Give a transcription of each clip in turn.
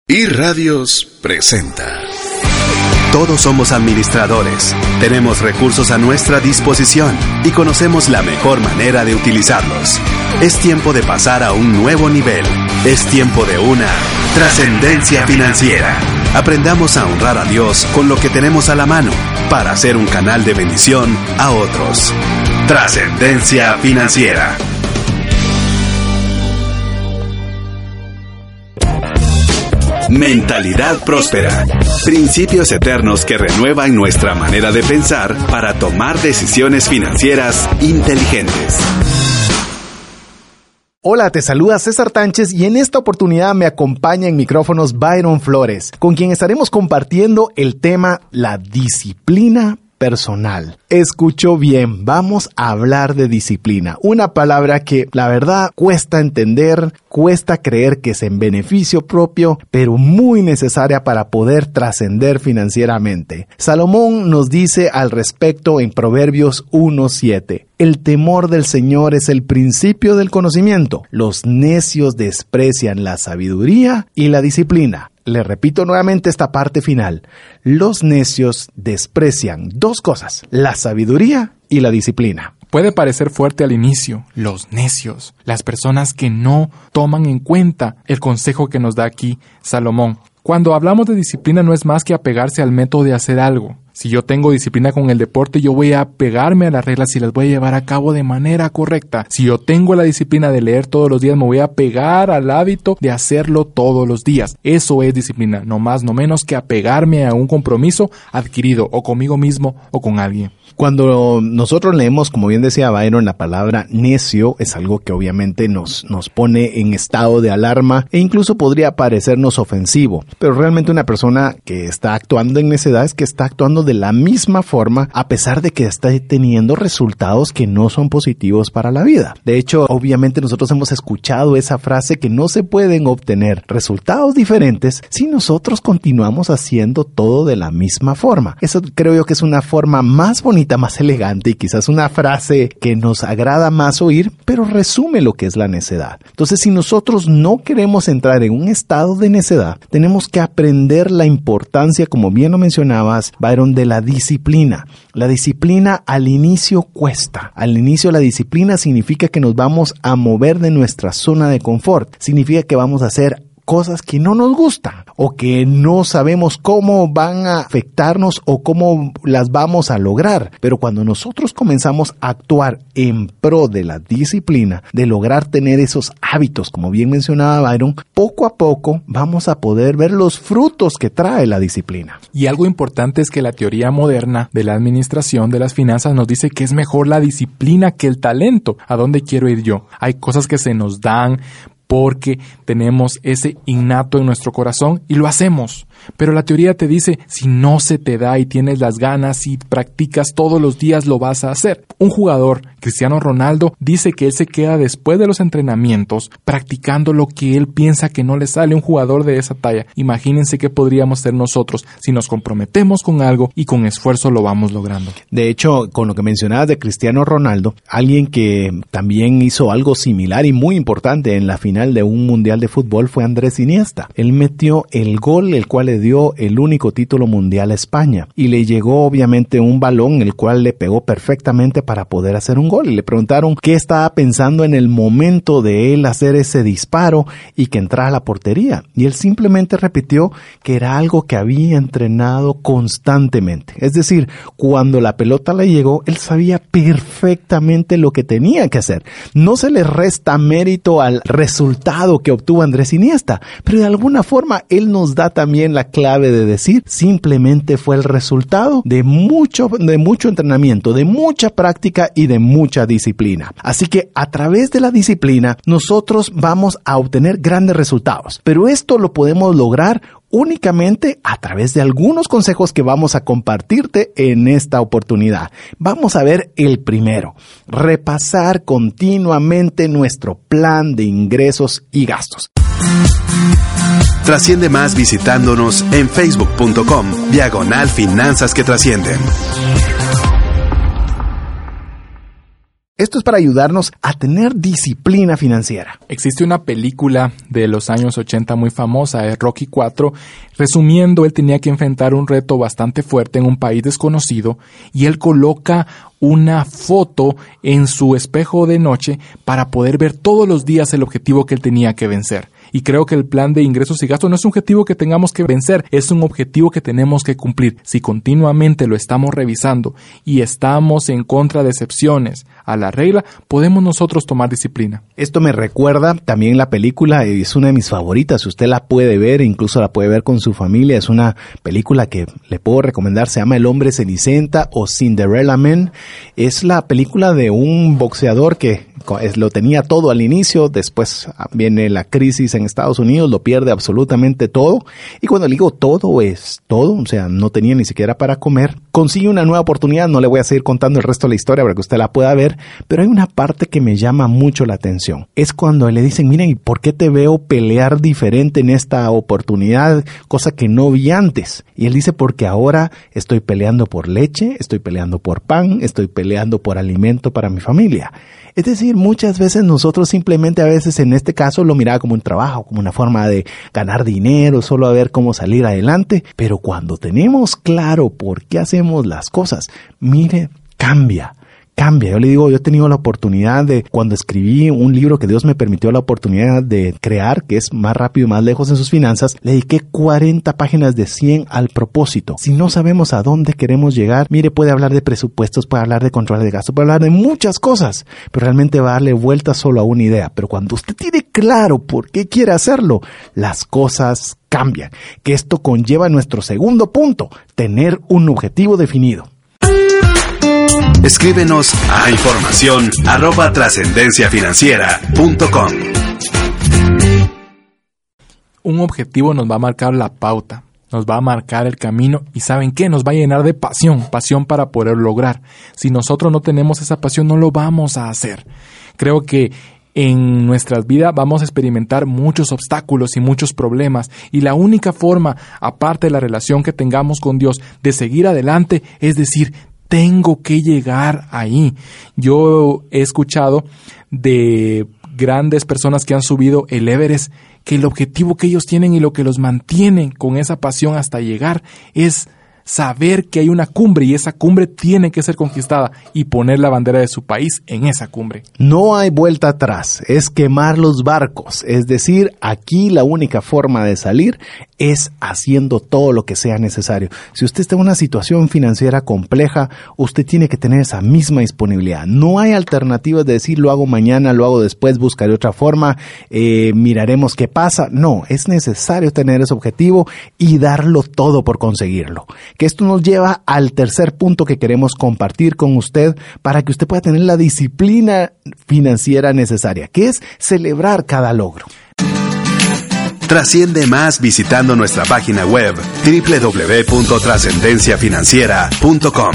iRadios presenta. Todos somos administradores, tenemos recursos a nuestra disposición y conocemos la mejor manera de utilizarlos. Es tiempo de pasar a un nuevo nivel. Es tiempo de una trascendencia financiera. Aprendamos a honrar a Dios con lo que tenemos a la mano para hacer un canal de bendición a otros. Trascendencia financiera. Mentalidad próspera. Principios eternos que renuevan nuestra manera de pensar para tomar decisiones financieras inteligentes. Hola, te saluda César Tánchez y en esta oportunidad me acompaña en micrófonos Byron Flores, con quien estaremos compartiendo el tema la disciplina personal. Escuchó bien, vamos a hablar de disciplina, una palabra que la verdad cuesta entender, cuesta creer que es en beneficio propio, pero muy necesaria para poder trascender financieramente. Salomón nos dice al respecto en Proverbios 1:7. El temor del Señor es el principio del conocimiento. Los necios desprecian la sabiduría y la disciplina. Le repito nuevamente esta parte final. Los necios desprecian dos cosas, la sabiduría y la disciplina. Puede parecer fuerte al inicio, los necios, las personas que no toman en cuenta el consejo que nos da aquí Salomón. Cuando hablamos de disciplina no es más que apegarse al método de hacer algo. Si yo tengo disciplina con el deporte, yo voy a apegarme a las reglas y las voy a llevar a cabo de manera correcta. Si yo tengo la disciplina de leer todos los días, me voy a apegar al hábito de hacerlo todos los días. Eso es disciplina, no más, no menos que apegarme a un compromiso adquirido o conmigo mismo o con alguien. Cuando nosotros leemos, como bien decía Byron, la palabra necio es algo que obviamente nos pone en estado de alarma e incluso podría parecernos ofensivo. Pero realmente una persona que está actuando en necedad es que está actuando de la misma forma a pesar de que está teniendo resultados que no son positivos para la vida. De hecho, obviamente nosotros hemos escuchado esa frase que no se pueden obtener resultados diferentes si nosotros continuamos haciendo todo de la misma forma. Eso creo yo que es una forma más bonita, más elegante y quizás una frase que nos agrada más oír, pero resume lo que es la necedad. Entonces, si nosotros no queremos entrar en un estado de necedad, tenemos que aprender la importancia, como bien lo mencionabas, Byron, de la disciplina. La disciplina al inicio cuesta. Al inicio la disciplina significa que nos vamos a mover de nuestra zona de confort. Significa que vamos a hacer cosas que no nos gustan o que no sabemos cómo van a afectarnos o cómo las vamos a lograr. Pero cuando nosotros comenzamos a actuar en pro de la disciplina, de lograr tener esos hábitos, como bien mencionaba Byron, poco a poco vamos a poder ver los frutos que trae la disciplina. Y algo importante es que la teoría moderna de la administración de las finanzas nos dice que es mejor la disciplina que el talento. ¿A dónde quiero ir yo? Hay cosas que se nos dan porque tenemos ese innato en nuestro corazón y lo hacemos. Pero la teoría te dice, si no se te da y tienes las ganas y practicas todos los días, lo vas a hacer. Un jugador, Cristiano Ronaldo, dice que él se queda después de los entrenamientos practicando lo que él piensa que no le sale. Un jugador de esa talla. Imagínense qué podríamos ser nosotros si nos comprometemos con algo y con esfuerzo lo vamos logrando. De hecho, con lo que mencionabas de Cristiano Ronaldo, alguien que también hizo algo similar y muy importante en la final de un mundial de fútbol fue Andrés Iniesta. Él metió el gol, el cual le dio el único título mundial a España y le llegó obviamente un balón el cual le pegó perfectamente para poder hacer un gol y le preguntaron qué estaba pensando en el momento de él hacer ese disparo y que entrara a la portería y él simplemente repitió que era algo que había entrenado constantemente. Es decir, cuando la pelota le llegó, él sabía perfectamente lo que tenía que hacer. No se le resta mérito al resultado que obtuvo Andrés Iniesta, pero de alguna forma él nos da también la clave de decir, simplemente fue el resultado de mucho entrenamiento, de mucha práctica y de mucha disciplina. Así que a través de la disciplina nosotros vamos a obtener grandes resultados, pero esto lo podemos lograr únicamente a través de algunos consejos que vamos a compartirte en esta oportunidad. Vamos a ver el primero, repasar continuamente nuestro plan de ingresos y gastos. Trasciende más visitándonos en facebook.com/finanzas que trascienden. Esto es para ayudarnos a tener disciplina financiera. Existe una película de los años 80 muy famosa, es Rocky 4. Resumiendo, él tenía que enfrentar un reto bastante fuerte en un país desconocido y él coloca una foto en su espejo de noche para poder ver todos los días el objetivo que él tenía que vencer. Y creo que el plan de ingresos y gastos no es un objetivo que tengamos que vencer, es un objetivo que tenemos que cumplir. Si continuamente lo estamos revisando y estamos en contra de excepciones a la regla, podemos nosotros tomar disciplina. Esto me recuerda también la película, es una de mis favoritas, usted la puede ver, incluso la puede ver con su familia, es una película que le puedo recomendar, se llama El Hombre Cenicienta o Cinderella Man. Es la película de un boxeador que lo tenía todo al inicio, después viene la crisis en Estados Unidos, lo pierde absolutamente todo, y cuando le digo todo es todo, o sea, no tenía ni siquiera para comer, consigue una nueva oportunidad, no le voy a seguir contando el resto de la historia para que usted la pueda ver, pero hay una parte que me llama mucho la atención, es cuando le dicen, miren, ¿y por qué te veo pelear diferente en esta oportunidad? Cosa que no vi antes, y él dice, porque ahora estoy peleando por leche, estoy peleando por pan, estoy peleando por alimento para mi familia. Es decir, muchas veces nosotros simplemente a veces en este caso lo miraba como un trabajo, como una forma de ganar dinero, solo a ver cómo salir adelante. Pero cuando tenemos claro por qué hacemos las cosas, mire, cambia. Yo le digo, yo he tenido la oportunidad de, cuando escribí un libro que Dios me permitió la oportunidad de crear, que es Más rápido y más lejos en sus finanzas, le dediqué 40 páginas de 100 al propósito. Si no sabemos a dónde queremos llegar, mire, puede hablar de presupuestos, puede hablar de control de gasto, puede hablar de muchas cosas, pero realmente va a darle vuelta solo a una idea. Pero cuando usted tiene claro por qué quiere hacerlo, las cosas cambian. Que esto conlleva nuestro segundo punto, tener un objetivo definido. Escríbenos a información@trascendenciafinanciera.com. Un objetivo nos va a marcar la pauta, nos va a marcar el camino y ¿saben qué? Nos va a llenar de pasión para poder lograr. Si nosotros no tenemos esa pasión, no lo vamos a hacer. Creo que en nuestras vidas vamos a experimentar muchos obstáculos y muchos problemas y la única forma, aparte de la relación que tengamos con Dios, de seguir adelante es decir, tengo que llegar ahí. Yo he escuchado de grandes personas que han subido el Everest que el objetivo que ellos tienen y lo que los mantiene con esa pasión hasta llegar es saber que hay una cumbre y esa cumbre tiene que ser conquistada y poner la bandera de su país en esa cumbre. No hay vuelta atrás, es quemar los barcos, es decir, aquí la única forma de salir es haciendo todo lo que sea necesario. Si usted está en una situación financiera compleja, usted tiene que tener esa misma disponibilidad. No hay alternativas de decir lo hago mañana, lo hago después, buscaré otra forma, miraremos qué pasa. No, es necesario tener ese objetivo y darlo todo por conseguirlo. Que esto nos lleva al tercer punto que queremos compartir con usted para que usted pueda tener la disciplina financiera necesaria, que es celebrar cada logro. Trasciende más visitando nuestra página web www.trascendenciafinanciera.com.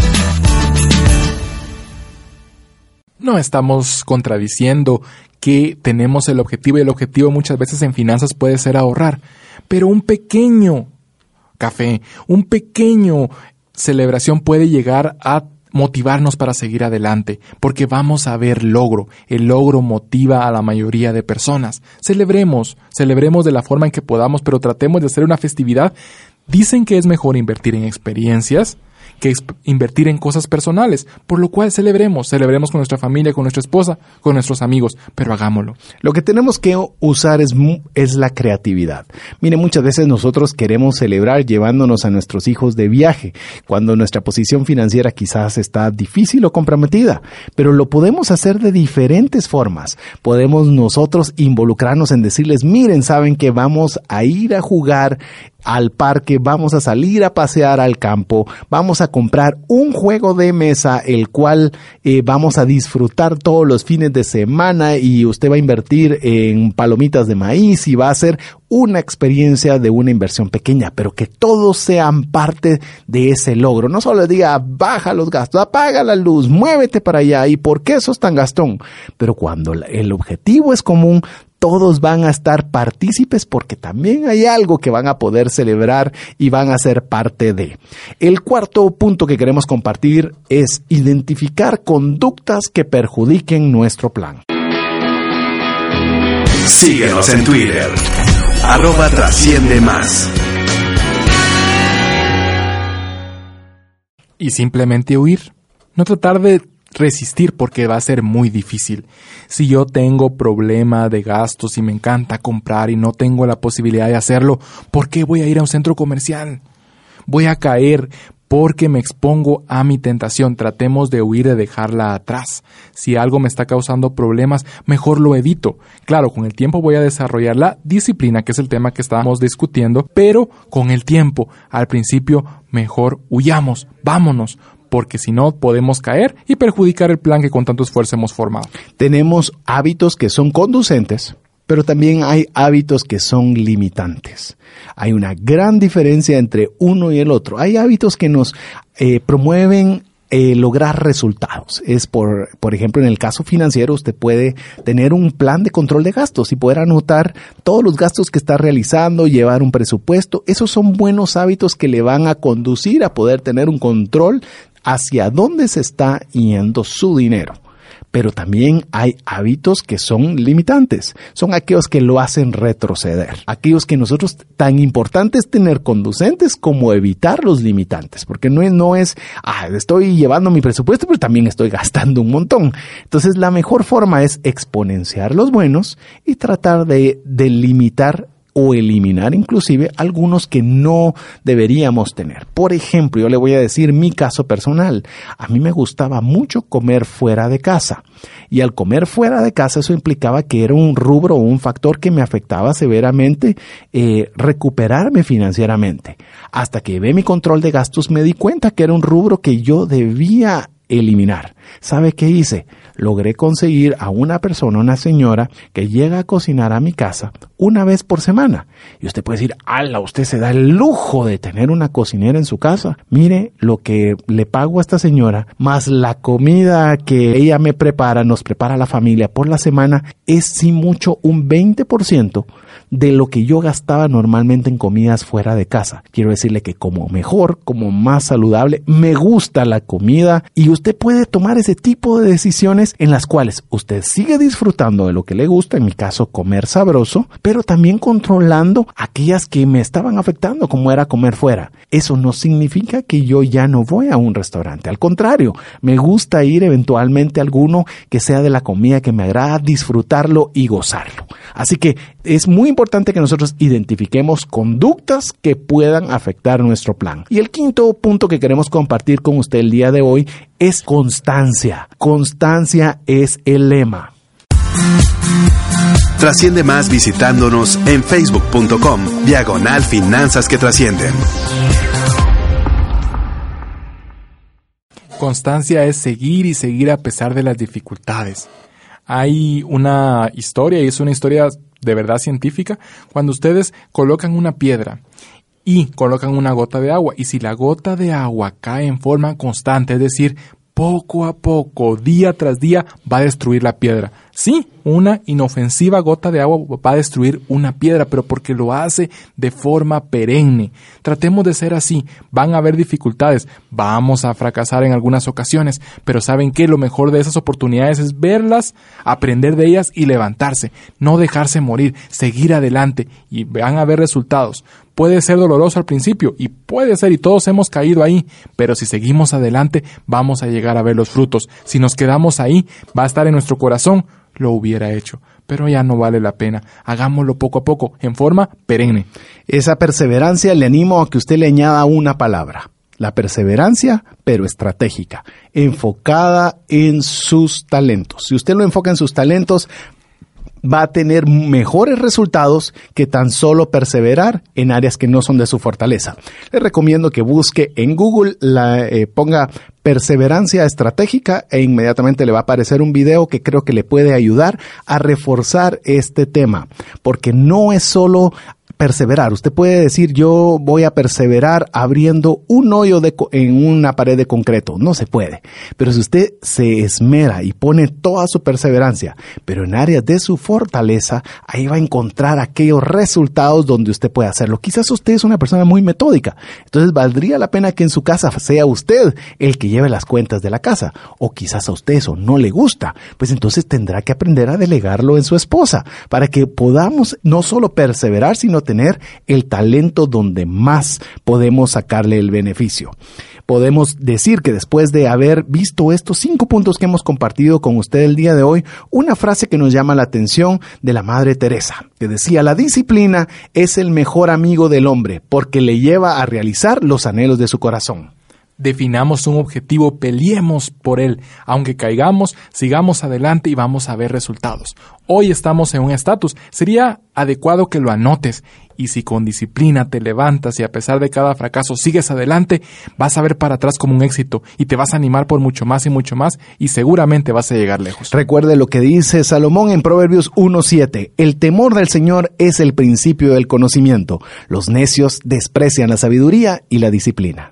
No estamos contradiciendo que tenemos el objetivo y el objetivo muchas veces en finanzas puede ser ahorrar, pero un pequeño café, un pequeño celebración puede llegar a motivarnos para seguir adelante, porque vamos a ver logro. El logro motiva a la mayoría de personas. Celebremos de la forma en que podamos, pero tratemos de hacer una festividad. Dicen que es mejor invertir en experiencias que invertir en cosas personales, por lo cual celebremos con nuestra familia, con nuestra esposa, con nuestros amigos, pero hagámoslo. Lo que tenemos que usar es la creatividad. Mire, muchas veces nosotros queremos celebrar llevándonos a nuestros hijos de viaje, cuando nuestra posición financiera quizás está difícil o comprometida, pero lo podemos hacer de diferentes formas. Podemos nosotros involucrarnos en decirles, miren, saben que vamos a ir a jugar al parque, vamos a salir a pasear al campo, vamos a comprar un juego de mesa, el cual vamos a disfrutar todos los fines de semana y usted va a invertir en palomitas de maíz y va a ser una experiencia de una inversión pequeña, pero que todos sean parte de ese logro. No solo diga, baja los gastos, apaga la luz, muévete para allá, ¿y por qué sos tan gastón? Pero cuando el objetivo es común, todos van a estar partícipes porque también hay algo que van a poder celebrar y van a ser parte de. El cuarto punto que queremos compartir es identificar conductas que perjudiquen nuestro plan. Síguenos en Twitter, @trasciende+. Y simplemente huir. No tratar de resistir porque va a ser muy difícil. Si yo tengo problema de gastos y me encanta comprar y no tengo la posibilidad de hacerlo, ¿por qué voy a ir a un centro comercial? Voy a caer porque me expongo a mi tentación. Tratemos de huir, de dejarla atrás. Si algo me está causando problemas, mejor lo evito. Claro, con el tiempo voy a desarrollar la disciplina, que es el tema que estábamos discutiendo, pero con el tiempo, al principio, mejor huyamos, vámonos, porque si no podemos caer y perjudicar el plan que con tanto esfuerzo hemos formado. Tenemos hábitos que son conducentes, pero también hay hábitos que son limitantes. Hay una gran diferencia entre uno y el otro. Hay hábitos que nos promueven lograr resultados. Es por ejemplo, en el caso financiero, usted puede tener un plan de control de gastos y poder anotar todos los gastos que está realizando, llevar un presupuesto. Esos son buenos hábitos que le van a conducir a poder tener un control hacia dónde se está yendo su dinero. Pero también hay hábitos que son limitantes. Son aquellos que lo hacen retroceder. Aquellos que nosotros tan importante es tener conducentes como evitar los limitantes. Porque no es, estoy llevando mi presupuesto, pero también estoy gastando un montón. Entonces la mejor forma es exponenciar los buenos y tratar de limitar o eliminar inclusive algunos que no deberíamos tener. Por ejemplo, yo le voy a decir mi caso personal. A mí me gustaba mucho comer fuera de casa. Y al comer fuera de casa eso implicaba que era un rubro o un factor que me afectaba severamente recuperarme financieramente. Hasta que llevé mi control de gastos me di cuenta que era un rubro que yo debía eliminar. ¿Sabe qué hice? Logré conseguir a una persona, una señora, que llega a cocinar a mi casa una vez por semana. Y usted puede decir, ¡ala! Usted se da el lujo de tener una cocinera en su casa. Mire lo que le pago a esta señora, más la comida que ella me prepara, nos prepara la familia por la semana, es sin mucho un 20% de lo que yo gastaba normalmente en comidas fuera de casa. Quiero decirle que como mejor, como más saludable, me gusta la comida y usted puede tomar ese tipo de decisiones en las cuales usted sigue disfrutando de lo que le gusta, en mi caso comer sabroso, pero también controlando aquellas que me estaban afectando, como era comer fuera. Eso no significa que yo ya no voy a un restaurante, al contrario, me gusta ir eventualmente a alguno que sea de la comida que me agrada, disfrutarlo y gozarlo. Así que es muy importante que nosotros identifiquemos conductas que puedan afectar nuestro plan. Y el quinto punto que queremos compartir con usted el día de hoy es constancia. Constancia es el lema. Trasciende más visitándonos en facebook.com/finanzas que trascienden. Constancia es seguir y seguir a pesar de las dificultades. Hay una historia, y es una historia de verdad científica, cuando ustedes colocan una piedra y colocan una gota de agua, y si la gota de agua cae en forma constante, es decir, poco a poco, día tras día, va a destruir la piedra. Sí, una inofensiva gota de agua va a destruir una piedra, pero porque lo hace de forma perenne. Tratemos de ser así. Van a haber dificultades, vamos a fracasar en algunas ocasiones, pero ¿saben qué? Lo mejor de esas oportunidades es verlas, aprender de ellas y levantarse. No dejarse morir, seguir adelante y van a haber resultados. Puede ser doloroso al principio y puede ser, y todos hemos caído ahí, pero si seguimos adelante vamos a llegar a ver los frutos. Si nos quedamos ahí, va a estar en nuestro corazón, lo hubiera hecho, pero ya no vale la pena. Hagámoslo poco a poco, en forma perenne. Esa perseverancia, le animo a que usted le añada una palabra. La perseverancia, pero estratégica, enfocada en sus talentos. Si usted lo enfoca en sus talentos, va a tener mejores resultados que tan solo perseverar en áreas que no son de su fortaleza. Le recomiendo que busque en Google, ponga perseverancia estratégica e inmediatamente le va a aparecer un video que creo que le puede ayudar a reforzar este tema, porque no es solo perseverar. Usted puede decir, yo voy a perseverar abriendo un hoyo en una pared de concreto. No se puede. Pero si usted se esmera y pone toda su perseverancia, pero en áreas de su fortaleza, ahí va a encontrar aquellos resultados donde usted puede hacerlo. Quizás usted es una persona muy metódica. Entonces valdría la pena que en su casa sea usted el que lleve las cuentas de la casa. O quizás a usted eso no le gusta. Pues entonces tendrá que aprender a delegarlo en su esposa para que podamos no solo perseverar, sino tener el talento donde más podemos sacarle el beneficio. Podemos decir que después de haber visto estos 5 puntos que hemos compartido con usted el día de hoy, una frase que nos llama la atención de la Madre Teresa, que decía: la disciplina es el mejor amigo del hombre porque le lleva a realizar los anhelos de su corazón. Definamos un objetivo, peleemos por él. Aunque caigamos, sigamos adelante y vamos a ver resultados. Hoy estamos en un estatus. Sería adecuado que lo anotes. Y si con disciplina te levantas y a pesar de cada fracaso sigues adelante, vas a ver para atrás como un éxito y te vas a animar por mucho más y seguramente vas a llegar lejos. Recuerde lo que dice Salomón en Proverbios 1:7. El temor del Señor es el principio del conocimiento. Los necios desprecian la sabiduría y la disciplina.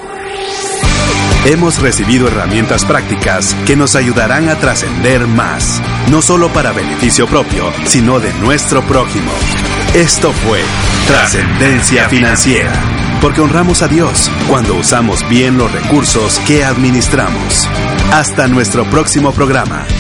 Hemos recibido herramientas prácticas que nos ayudarán a trascender más, no solo para beneficio propio, sino de nuestro prójimo. Esto fue Trascendencia Financiera, porque honramos a Dios cuando usamos bien los recursos que administramos. Hasta nuestro próximo programa.